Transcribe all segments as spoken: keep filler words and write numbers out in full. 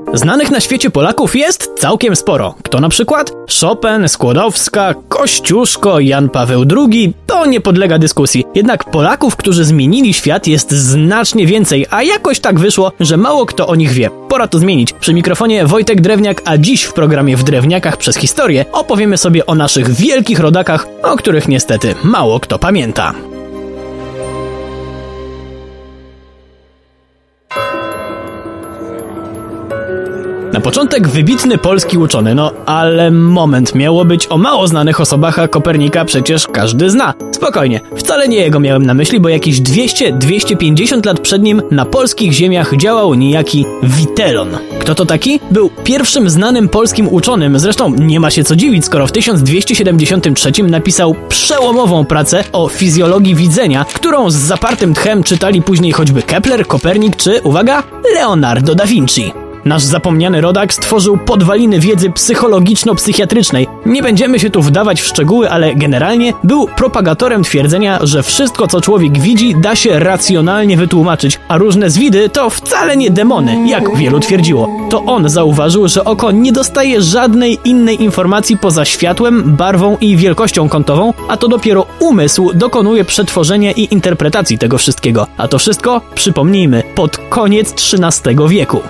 Znanych na świecie Polaków jest całkiem sporo. Kto na przykład? Chopin, Skłodowska, Kościuszko, Jan Paweł drugi, to nie podlega dyskusji. Jednak Polaków, którzy zmienili świat, jest znacznie więcej, a jakoś tak wyszło, że mało kto o nich wie. Pora to zmienić. Przy mikrofonie Wojtek Drewniak, a dziś w programie W Drewniakach przez historię opowiemy sobie o naszych wielkich rodakach, o których niestety mało kto pamięta. Na początek wybitny polski uczony, no ale moment, miało być o mało znanych osobach, a Kopernika przecież każdy zna. Spokojnie, wcale nie jego miałem na myśli, bo jakieś dwieście do dwustu pięćdziesięciu lat przed nim na polskich ziemiach działał niejaki Witelon. Kto to taki? Był pierwszym znanym polskim uczonym, zresztą nie ma się co dziwić, skoro w tysiąc dwieście siedemdziesiątym trzecim napisał przełomową pracę o fizjologii widzenia, którą z zapartym tchem czytali później choćby Kepler, Kopernik czy, uwaga, Leonardo da Vinci. Nasz zapomniany rodak stworzył podwaliny wiedzy psychologiczno-psychiatrycznej. Nie będziemy się tu wdawać w szczegóły, ale generalnie był propagatorem twierdzenia, że wszystko, co człowiek widzi, da się racjonalnie wytłumaczyć, a różne zwidy to wcale nie demony, jak wielu twierdziło. To on zauważył, że oko nie dostaje żadnej innej informacji poza światłem, barwą i wielkością kątową, a to dopiero umysł dokonuje przetworzenia i interpretacji tego wszystkiego. A to wszystko, przypomnijmy, pod koniec trzynastego wieku.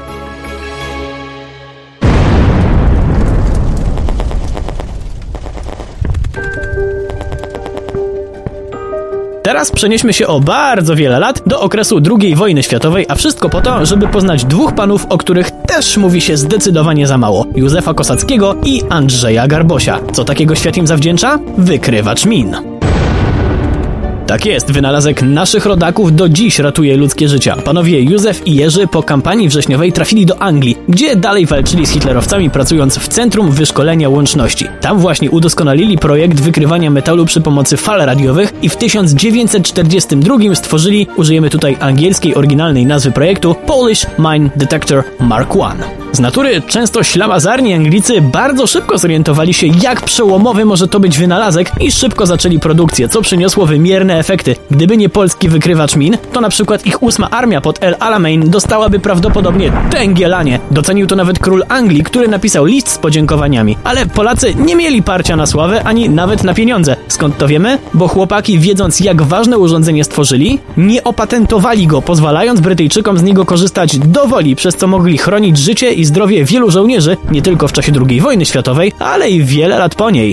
Teraz przenieśmy się o bardzo wiele lat do okresu drugiej wojny światowej, a wszystko po to, żeby poznać dwóch panów, o których też mówi się zdecydowanie za mało. Józefa Kosackiego i Andrzeja Garbosia. Co takiego świat im zawdzięcza? Wykrywacz min. Tak jest, wynalazek naszych rodaków do dziś ratuje ludzkie życia. Panowie Józef i Jerzy po kampanii wrześniowej trafili do Anglii, gdzie dalej walczyli z hitlerowcami, pracując w Centrum Wyszkolenia Łączności. Tam właśnie udoskonalili projekt wykrywania metalu przy pomocy fal radiowych i w tysiąc dziewięćset czterdziestym drugim stworzyli, użyjemy tutaj angielskiej oryginalnej nazwy projektu, Polish Mine Detector Mark jeden. Z natury często ślamazarni Anglicy bardzo szybko zorientowali się, jak przełomowy może to być wynalazek i szybko zaczęli produkcję, co przyniosło wymierne efekty. Gdyby nie polski wykrywacz min, to na przykład ich ósma armia pod El Alamein dostałaby prawdopodobnie tęgie lanie. Docenił to nawet król Anglii, który napisał list z podziękowaniami. Ale Polacy nie mieli parcia na sławę, ani nawet na pieniądze. Skąd to wiemy? Bo chłopaki, wiedząc jak ważne urządzenie stworzyli, nie opatentowali go, pozwalając Brytyjczykom z niego korzystać do woli, przez co mogli chronić życie i zdrowie wielu żołnierzy, nie tylko w czasie drugiej wojny światowej, ale i wiele lat po niej.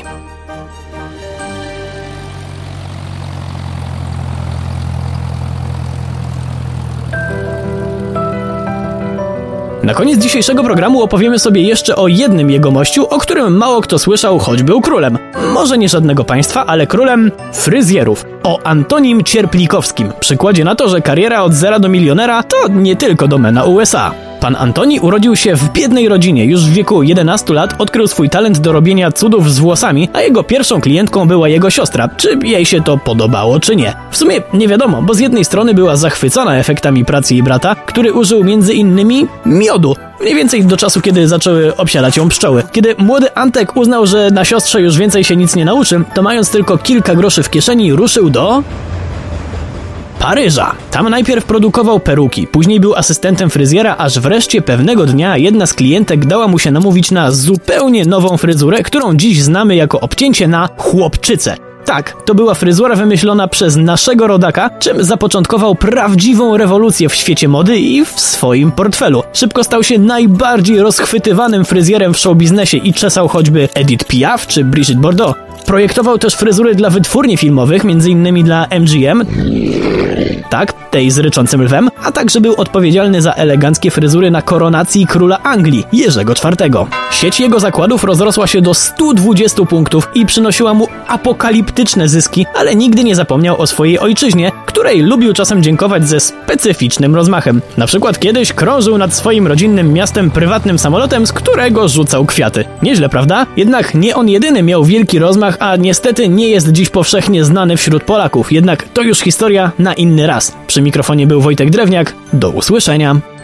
Na koniec dzisiejszego programu opowiemy sobie jeszcze o jednym jegomościu, o którym mało kto słyszał, choć był królem. Może nie żadnego państwa, ale królem fryzjerów. O Antonim Cierplikowskim. Przykładzie na to, że kariera od zera do milionera to nie tylko domena U S A. Pan Antoni urodził się w biednej rodzinie. Już w wieku jedenastu lat odkrył swój talent do robienia cudów z włosami, a jego pierwszą klientką była jego siostra. Czy jej się to podobało, czy nie? W sumie nie wiadomo, bo z jednej strony była zachwycona efektami pracy jej brata, który użył między innymi miodu. Mniej więcej do czasu, kiedy zaczęły obsiadać ją pszczoły. Kiedy młody Antek uznał, że na siostrze już więcej się nic nie nauczy, to mając tylko kilka groszy w kieszeni, ruszył do Paryża. Tam najpierw produkował peruki, później był asystentem fryzjera, aż wreszcie pewnego dnia jedna z klientek dała mu się namówić na zupełnie nową fryzurę, którą dziś znamy jako obcięcie na chłopczycę. Tak, to była fryzura wymyślona przez naszego rodaka, czym zapoczątkował prawdziwą rewolucję w świecie mody i w swoim portfelu. Szybko stał się najbardziej rozchwytywanym fryzjerem w showbiznesie i czesał choćby Edith Piaf czy Brigitte Bardot. Projektował też fryzury dla wytwórni filmowych, między innymi dla M G M, tak, tej z ryczącym lwem, a także był odpowiedzialny za eleganckie fryzury na koronacji króla Anglii, Jerzego czwartego. Sieć jego zakładów rozrosła się do stu dwudziestu punktów i przynosiła mu apokaliptyczne zyski, ale nigdy nie zapomniał o swojej ojczyźnie, której lubił czasem dziękować ze specyficznym rozmachem. Na przykład kiedyś krążył nad swoim rodzinnym miastem prywatnym samolotem, z którego rzucał kwiaty. Nieźle, prawda? Jednak nie on jedyny miał wielki rozmach, a niestety nie jest dziś powszechnie znany wśród Polaków. Jednak to już historia na inny raz. Przy mikrofonie był Wojtek Drewniak. Do usłyszenia.